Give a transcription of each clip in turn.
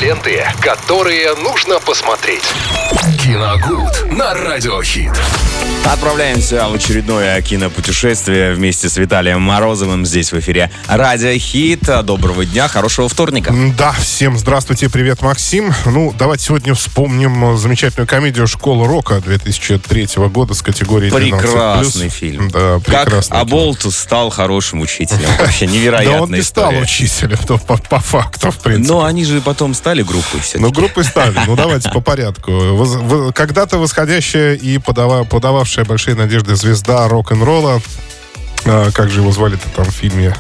Ленты, которые нужно посмотреть. Киногуд на Радиохит. Отправляемся в очередное кинопутешествие вместе с Виталием Морозовым. Здесь в эфире Радиохит. Доброго дня, хорошего вторника. Да, всем здравствуйте, привет, Максим. Давайте сегодня вспомним замечательную комедию «Школа рока» 2003 года с категорией 12+. Прекрасный фильм. Да, прекрасный. Как Аболтус стал хорошим учителем. Вообще невероятная история. Да он не стал учителем, по факту, в принципе. Но они же потом стали группой все-таки. Группой стали. Давайте по порядку. Когда-то восходящая и подававшая большие надежды звезда рок-н-ролла, как же его звали-то там в фильме?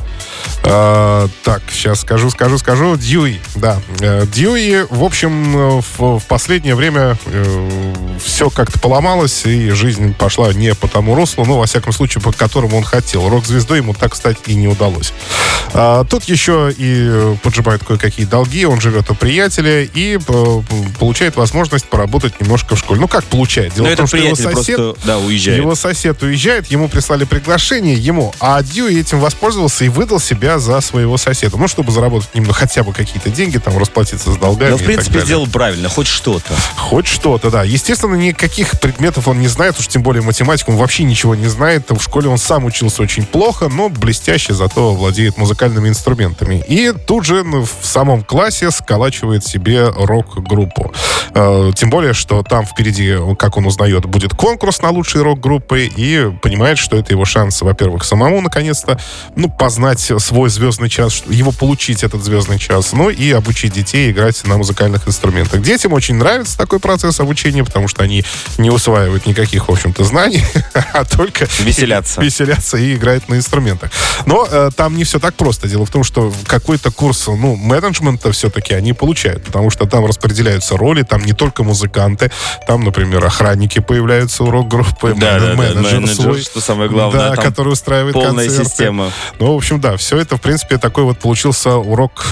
Так, сейчас скажу. Дьюи, да. Дьюи, в общем, в последнее время все как-то поломалось, и жизнь пошла не по тому руслу, во всяком случае, по которому он хотел. Рок-звездой ему так стать и не удалось. Тут еще и поджимает кое-какие долги, он живет у приятеля и получает возможность поработать немножко в школе. Как получает? Дело в том, что его сосед, уезжает. Его сосед уезжает, ему прислали приглашение, а Дьюи этим воспользовался и выдал себя за своего соседа. Чтобы заработать хотя бы какие-то деньги, расплатиться с долгами. Но, в принципе, сделал правильно, хоть что-то. Хоть что-то, да. Естественно, никаких предметов он не знает, уж тем более математику он вообще ничего не знает. В школе он сам учился очень плохо, но блестяще, зато владеет музыкальными инструментами. И тут же в самом классе сколачивает себе рок-группу. Тем более, что там впереди, как он узнает, будет конкурс на лучшие рок-группы, и понимает, что это его шанс, во-первых, самому наконец-то, познать свой звездный час, его получить, этот звездный час, и обучить детей играть на музыкальных инструментах. Детям очень нравится такой процесс обучения, потому что они не усваивают никаких, в общем-то, знаний, а только веселятся и играют на инструментах. Но там не все так просто. Дело в том, что какой-то курс, менеджмента все-таки они получают, потому что там распределяются роли, там не только музыканты, там, например, охранники появляются у рок-группы, менеджер свой, что самое главное, который устраивает полная концерты. Система. В общем, да, все это, в принципе, такой получился урок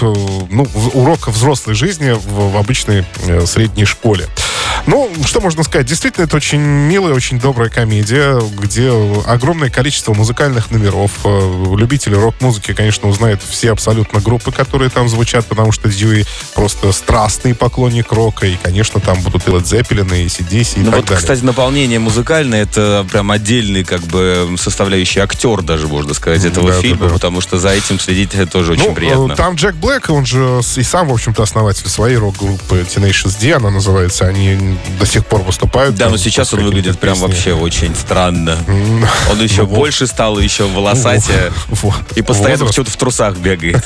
взрослой жизни в обычной средней школе. Что можно сказать? Действительно, это очень милая, очень добрая комедия, где огромное количество музыкальных номеров. Любители рок-музыки, конечно, узнают все абсолютно группы, которые там звучат, потому что Дьюи просто страстный поклонник рока, и, конечно, там будут и Led Zeppelin, и AC/DC, и так далее. Кстати, наполнение музыкальное, это прям отдельный, составляющий актер, даже, можно сказать, этого фильма, потому что за этим следить тоже очень приятно. Там Джек Блэк, он же и сам, в общем-то, основатель своей рок-группы Tenacious D, она называется, они до сих пор выступают. Да, но сейчас он выглядит прям вообще очень странно. Он еще больше стал, еще волосатее. И постоянно почему-то в трусах бегает.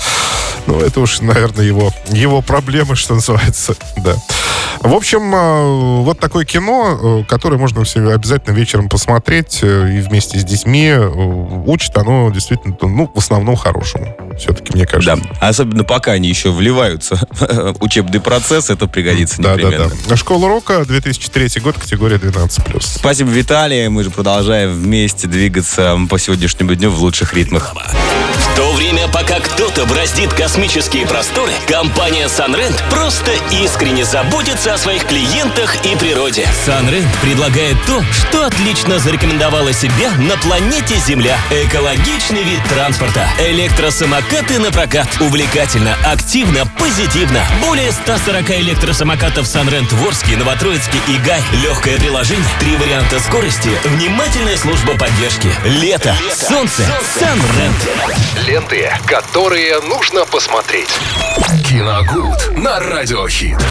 Это уж, наверное, его проблемы, что называется. Да. В общем, вот такое кино, которое можно обязательно вечером посмотреть и вместе с детьми. Учит оно действительно, в основном хорошему. Все-таки, мне кажется. Да, особенно пока они еще вливаются в учебный процесс, это пригодится непременно. Да. «Школа рока», 2003 год, категория 12+. Спасибо, Виталий. Мы же продолжаем вместе двигаться по сегодняшнему дню в лучших ритмах. В то время, пока кто-то бороздит космические просторы, компания Sunrent просто искренне заботится о своих клиентах и природе. Sunrent предлагает то, что отлично зарекомендовало себя на планете Земля. Экологичный вид транспорта. Электросамокаты на прокат. Увлекательно, активно, позитивно. Более 140 электросамокатов Sunrent в Орске, Новотроицке и Гай. Легкое приложение, 3 варианта скорости, внимательная служба поддержки. Лето, солнце, Sunrent. Ленты, которые нужно посмотреть. Киногуд на Радиохит.